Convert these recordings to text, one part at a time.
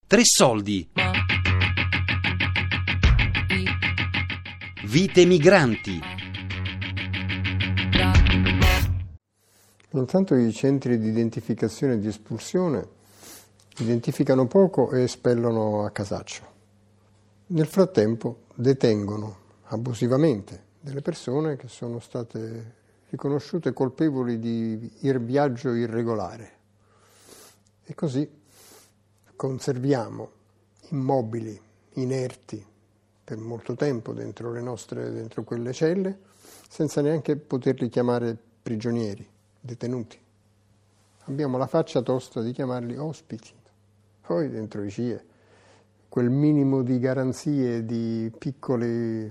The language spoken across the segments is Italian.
Tre soldi. Vite migranti. Intanto i centri di identificazione e di espulsione identificano poco e espellono a casaccio. Nel frattempo detengono abusivamente delle persone che sono state riconosciute colpevoli di viaggio irregolare. E così conserviamo immobili, inerti, per molto tempo dentro quelle celle, senza neanche poterli chiamare prigionieri, detenuti. Abbiamo la faccia tosta di chiamarli ospiti. Poi dentro i CIE quel minimo di garanzie, di piccoli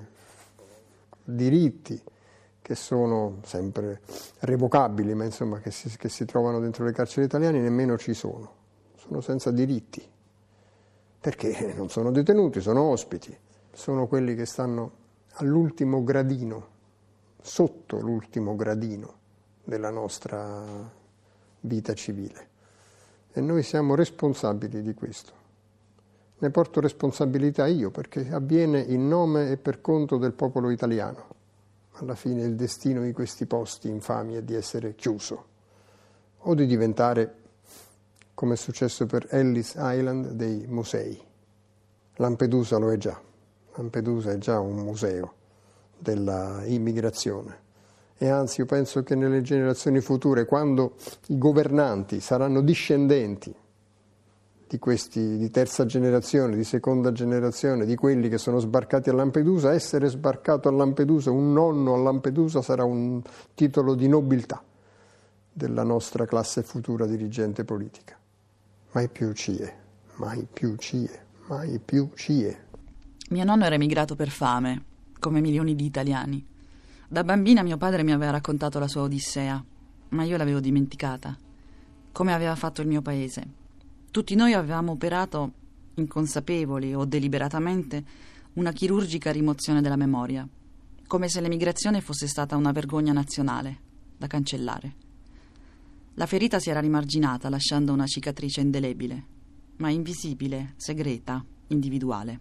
diritti che sono sempre revocabili, ma insomma che si trovano dentro le carceri italiane, nemmeno ci sono. Sono senza diritti, perché non sono detenuti, sono ospiti. Sono quelli che stanno all'ultimo gradino, sotto l'ultimo gradino della nostra vita civile. E noi siamo responsabili di questo. Ne porto responsabilità io, perché avviene in nome e per conto del popolo italiano. Alla fine il destino di questi posti infami è di essere chiuso o di diventare, come è successo per Ellis Island, dei musei. Lampedusa lo è già. Lampedusa è già un museo della immigrazione. E anzi io penso che nelle generazioni future, quando i governanti saranno discendenti di questi di terza generazione, di seconda generazione, di quelli che sono sbarcati a Lampedusa, essere sbarcato a Lampedusa, un nonno a Lampedusa, sarà un titolo di nobiltà della nostra classe futura dirigente politica. Mai più CIE, mai più CIE, mai più CIE. Mio nonno era emigrato per fame, come milioni di italiani. Da bambina mio padre mi aveva raccontato la sua odissea, ma io l'avevo dimenticata, come aveva fatto il mio paese. Tutti noi avevamo operato, inconsapevoli o deliberatamente, una chirurgica rimozione della memoria, come se l'emigrazione fosse stata una vergogna nazionale, da cancellare. La ferita si era rimarginata, lasciando una cicatrice indelebile, ma invisibile, segreta, individuale.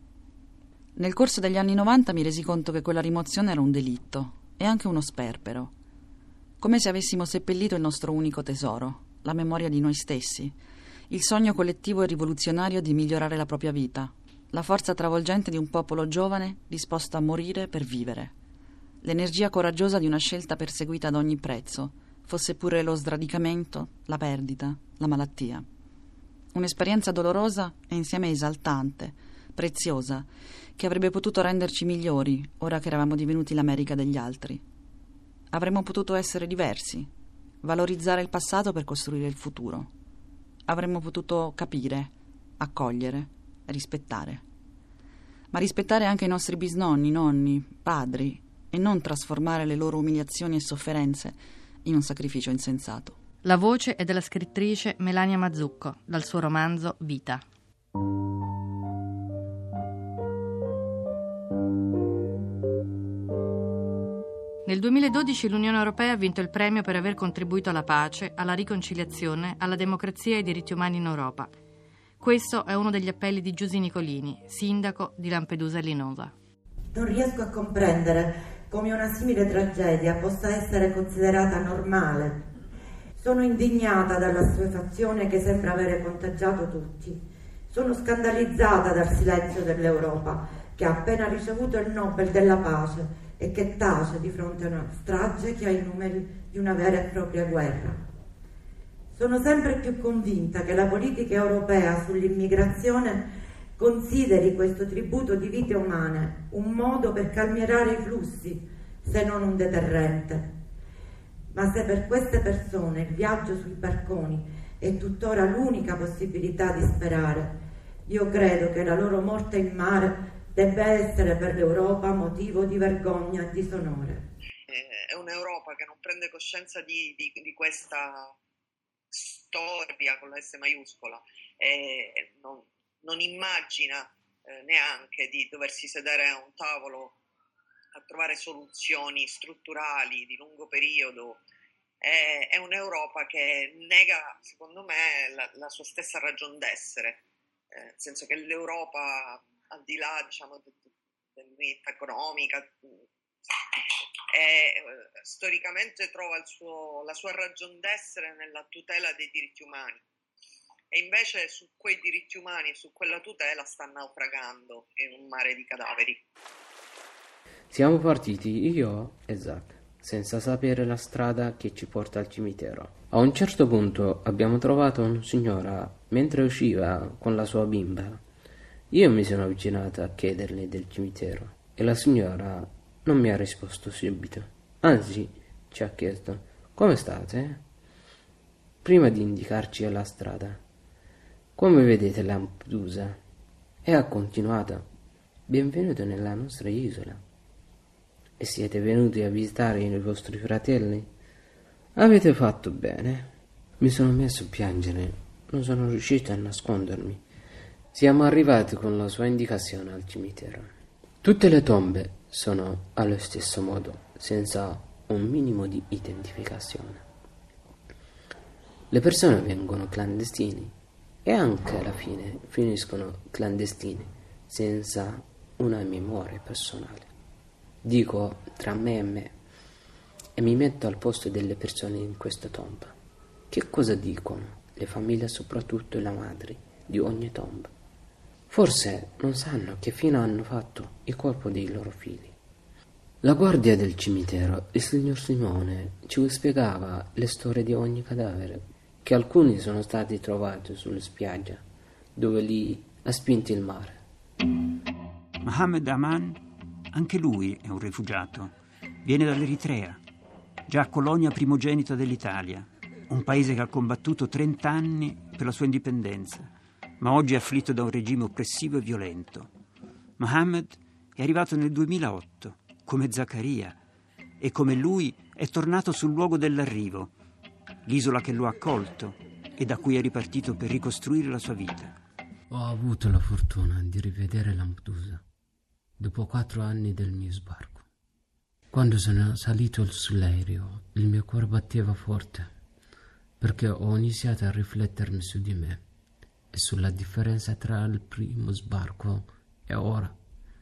Nel corso degli anni 90 mi resi conto che quella rimozione era un delitto e anche uno sperpero, come se avessimo seppellito il nostro unico tesoro, la memoria di noi stessi, il sogno collettivo e rivoluzionario di migliorare la propria vita, la forza travolgente di un popolo giovane disposto a morire per vivere, l'energia coraggiosa di una scelta perseguita ad ogni prezzo, fosse pure lo sradicamento, la perdita, la malattia. Un'esperienza dolorosa e insieme esaltante, preziosa, che avrebbe potuto renderci migliori ora che eravamo divenuti l'America degli altri. Avremmo potuto essere diversi, valorizzare il passato per costruire il futuro. Avremmo potuto capire, accogliere, rispettare. Ma rispettare anche i nostri bisnonni, nonni, padri, e non trasformare le loro umiliazioni e sofferenze in un sacrificio insensato. La voce è della scrittrice Melania Mazzucco, dal suo romanzo Vita. Nel 2012 l'Unione Europea ha vinto il premio per aver contribuito alla pace, alla riconciliazione, alla democrazia e ai diritti umani in Europa. Questo è uno degli appelli di Giusy Nicolini, sindaco di Lampedusa e Linova. Non riesco a comprendere come una simile tragedia possa essere considerata normale. Sono indignata dalla assuefazione che sembra avere contagiato tutti. Sono scandalizzata dal silenzio dell'Europa, che ha appena ricevuto il Nobel della pace e che tace di fronte a una strage che ha i numeri di una vera e propria guerra. Sono sempre più convinta che la politica europea sull'immigrazione consideri questo tributo di vite umane un modo per calmierare i flussi, se non un deterrente. Ma se per queste persone il viaggio sui barconi è tuttora l'unica possibilità di sperare, io credo che la loro morte in mare debba essere per l'Europa motivo di vergogna e disonore. È un'Europa che non prende coscienza di questa storia con la S maiuscola e non immagina neanche di doversi sedere a un tavolo a trovare soluzioni strutturali di lungo periodo. È un'Europa che nega, secondo me, la sua stessa ragion d'essere. nel senso che l'Europa, al di là, diciamo, dell'unità economica, storicamente trova la sua ragion d'essere nella tutela dei diritti umani, e invece su quei diritti umani e su quella tutela sta naufragando in un mare di cadaveri. Siamo partiti io e Zach, senza sapere la strada che ci porta al cimitero. A un certo punto abbiamo trovato una signora mentre usciva con la sua bimba. Io mi sono avvicinata a chiederle del cimitero e la signora non mi ha risposto subito. Anzi, ci ha chiesto: come state? Prima di indicarci la strada. Come vedete Lampedusa? E ha continuato: benvenuto nella nostra isola. E siete venuti a visitare i vostri fratelli? Avete fatto bene. Mi sono messo a piangere, non sono riuscito a nascondermi. Siamo arrivati con la sua indicazione al cimitero. Tutte le tombe sono allo stesso modo, senza un minimo di identificazione. Le persone vengono clandestini e anche alla fine finiscono clandestini, senza una memoria personale. Dico tra me e mi metto al posto delle persone in questa tomba. Che cosa dicono le famiglie, soprattutto la madre di ogni tomba? Forse non sanno che fine hanno fatto il corpo dei loro figli. La guardia del cimitero, il signor Simone, ci spiegava le storie di ogni cadavere, che alcuni sono stati trovati sulla spiaggia, dove li ha spinti il mare. Mohammed Aman, anche lui è un rifugiato. Viene dall'Eritrea, già colonia primogenita dell'Italia, un paese che ha combattuto 30 anni per la sua indipendenza, ma oggi è afflitto da un regime oppressivo e violento. Mohammed è arrivato nel 2008, come Zaccaria, e come lui è tornato sul luogo dell'arrivo, l'isola che lo ha accolto e da cui è ripartito per ricostruire la sua vita. Ho avuto la fortuna di rivedere Lampedusa dopo 4 anni del mio sbarco. Quando sono salito sull'aereo, il mio cuore batteva forte, perché ho iniziato a riflettermi su di me e sulla differenza tra il primo sbarco e ora.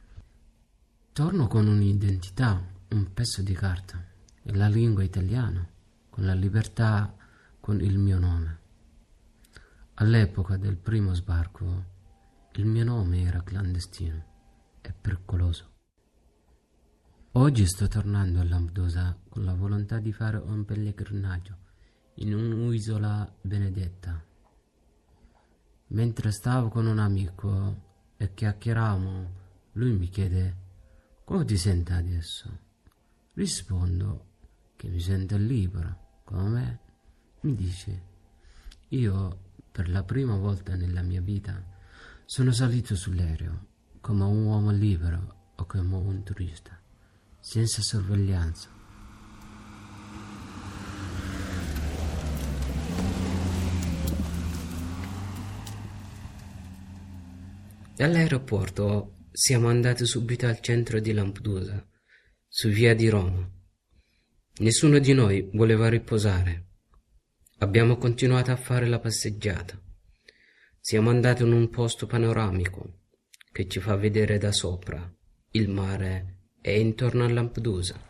Torno con un'identità, un pezzo di carta, e la lingua italiana, con la libertà, con il mio nome. All'epoca del primo sbarco, il mio nome era clandestino e pericoloso. Oggi sto tornando a Lampedusa con la volontà di fare un pellegrinaggio in un'isola benedetta. Mentre stavo con un amico e chiacchieravamo, lui mi chiede: come ti senti adesso? Rispondo che mi sento libero, come me. Mi dice: io per la prima volta nella mia vita sono salito sull'aereo come un uomo libero o come un turista, senza sorveglianza. Dall'aeroporto siamo andati subito al centro di Lampedusa, su via di Roma. Nessuno di noi voleva riposare. Abbiamo continuato a fare la passeggiata. Siamo andati in un posto panoramico che ci fa vedere da sopra il mare e intorno a Lampedusa.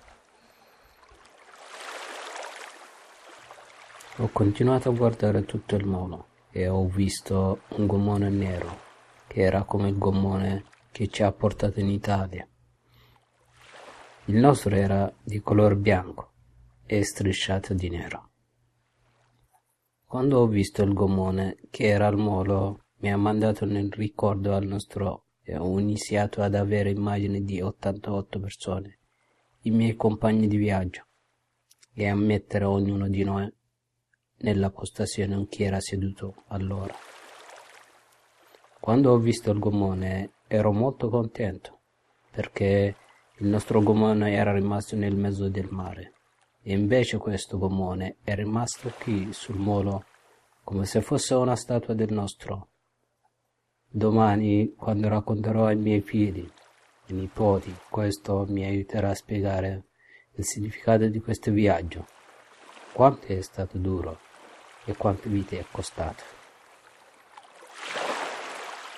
Ho continuato a guardare tutto il molo e ho visto un gommone nero che era come il gommone che ci ha portato in Italia. Il nostro era di color bianco e strisciato di nero. Quando ho visto il gommone che era al molo, mi ha mandato nel ricordo al nostro e ho iniziato ad avere immagini di 88 persone, i miei compagni di viaggio, e a mettere ognuno di noi nella postazione in cui era seduto allora. Quando ho visto il gommone ero molto contento, perché il nostro gommone era rimasto nel mezzo del mare, e invece questo gommone è rimasto qui sul molo come se fosse una statua del nostro. Domani, quando racconterò ai miei figli e nipoti, questo mi aiuterà a spiegare il significato di questo viaggio, quanto è stato duro e quante vite è costato.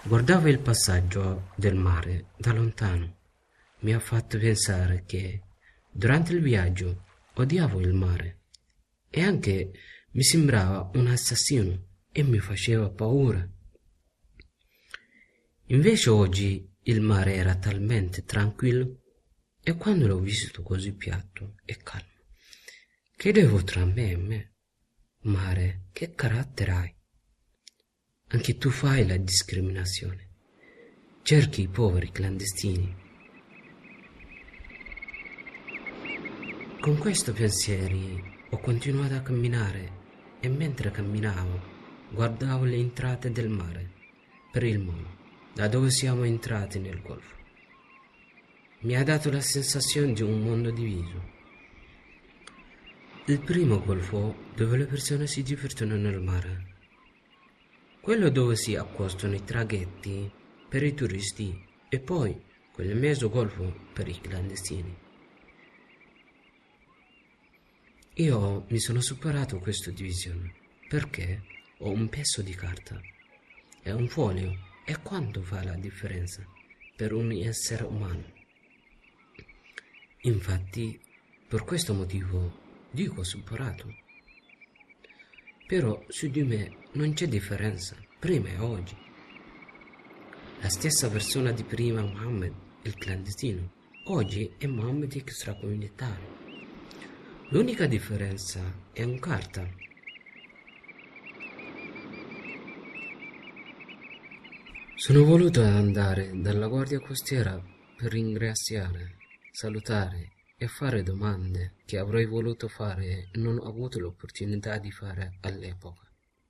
Guardavo il passaggio del mare da lontano. Mi ha fatto pensare che durante il viaggio odiavo il mare e anche mi sembrava un assassino e mi faceva paura. Invece oggi il mare era talmente tranquillo e quando l'ho visto così piatto e calmo, chiedevo tra me e me: mare, che carattere hai? Anche tu fai la discriminazione, cerchi i poveri clandestini. Con questo pensieri ho continuato a camminare e mentre camminavo guardavo le entrate del mare per il mondo, da dove siamo entrati nel Golfo. Mi ha dato la sensazione di un mondo diviso. Il primo Golfo dove le persone si divertono nel mare, quello dove si accostano i traghetti per i turisti e poi quel mezzo Golfo per i clandestini. Io mi sono superato questa divisione perché ho un pezzo di carta e un foglio e quanto fa la differenza per un essere umano. Infatti, per questo motivo dico superato. Però su di me non c'è differenza, prima e oggi. La stessa persona di prima, Mohammed, il clandestino, oggi è Mohammed extracomunitario. L'unica differenza è un carta. Sono voluto andare dalla guardia costiera per ringraziare, salutare e fare domande che avrei voluto fare e non ho avuto l'opportunità di fare all'epoca.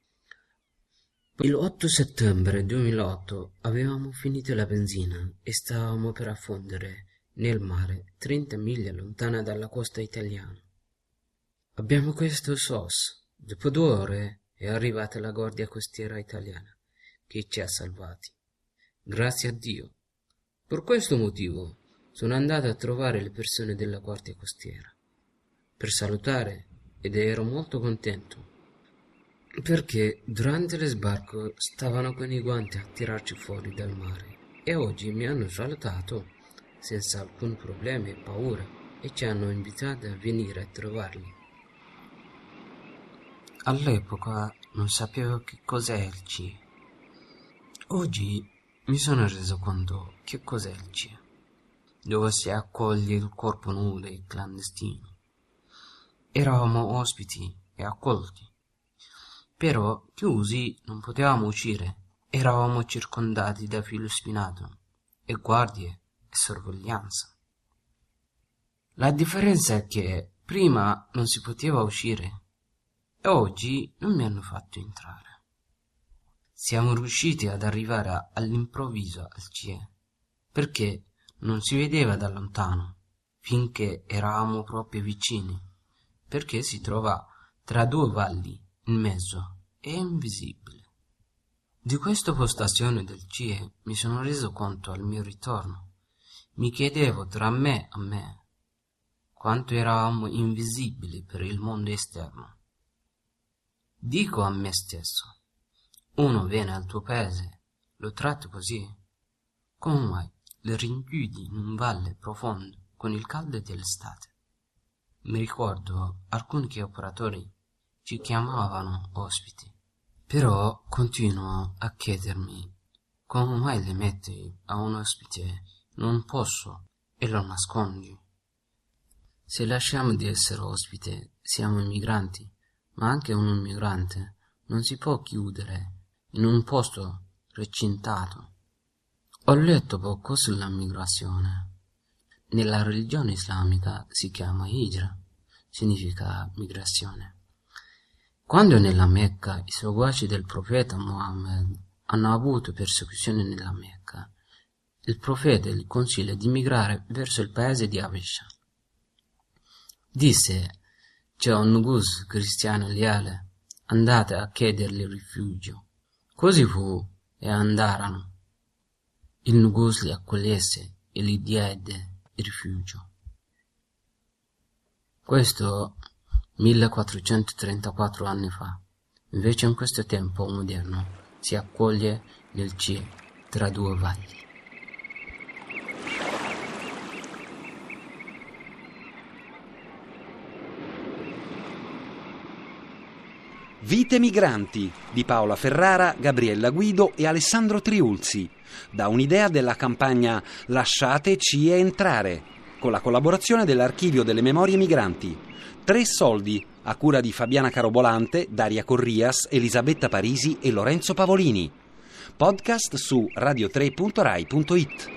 Il 8 settembre 2008 avevamo finito la benzina e stavamo per affondere nel mare 30 miglia lontana dalla costa italiana. Abbiamo chiesto SOS. Dopo 2 ore è arrivata la guardia costiera italiana che ci ha salvati. Grazie a Dio. Per questo motivo sono andato a trovare le persone della guardia costiera per salutare ed ero molto contento perché durante lo sbarco stavano con i guanti a tirarci fuori dal mare e oggi mi hanno salutato senza alcun problema e paura e ci hanno invitato a venire a trovarli. All'epoca non sapevo che cos'è il CIE. Oggi mi sono reso conto che cos'è il CIE, dove si accoglie il corpo nudo e clandestino. Eravamo ospiti e accolti, però chiusi non potevamo uscire, eravamo circondati da filo spinato e guardie e sorveglianza. La differenza è che prima non si poteva uscire e oggi non mi hanno fatto entrare. Siamo riusciti ad arrivare all'improvviso al CIE perché non si vedeva da lontano finché eravamo proprio vicini, perché si trova tra 2 valli in mezzo e invisibile. Di questa postazione del CIE mi sono reso conto al mio ritorno. Mi chiedevo tra me a me quanto eravamo invisibili per il mondo esterno. Dico a me stesso: uno viene al tuo paese, lo tratti così? Come mai lo rinchiudi in un valle profondo con il caldo dell'estate? Mi ricordo alcuni che operatori ci chiamavano ospiti, però continuo a chiedermi come mai le metti a un ospite in un posto e lo nascondi. Se lasciamo di essere ospite siamo immigranti, ma anche un immigrante non si può chiudere in un posto recintato. Ho letto poco sulla migrazione. Nella religione islamica si chiama hijra, significa migrazione. Quando nella Mecca i seguaci del profeta Muhammad hanno avuto persecuzioni nella Mecca, il profeta gli consiglia di migrare verso il paese di Habesha. Disse: c'è un Nugus cristiano leale, andate a chiedergli rifugio. Così fu e andarono. Il Nugus li accogliesse e gli diede rifugio. Questo 1434 anni fa. Invece in questo tempo moderno si accoglie nel CIE tra due valli. Vite migranti di Paola Ferrara, Gabriella Guido e Alessandro Triulzi, da un'idea della campagna Lasciateci entrare, con la collaborazione dell'Archivio delle Memorie Migranti. 3 soldi, a cura di Fabiana Carobolante, Daria Corrias, Elisabetta Parisi e Lorenzo Pavolini. Podcast su radio3.rai.it.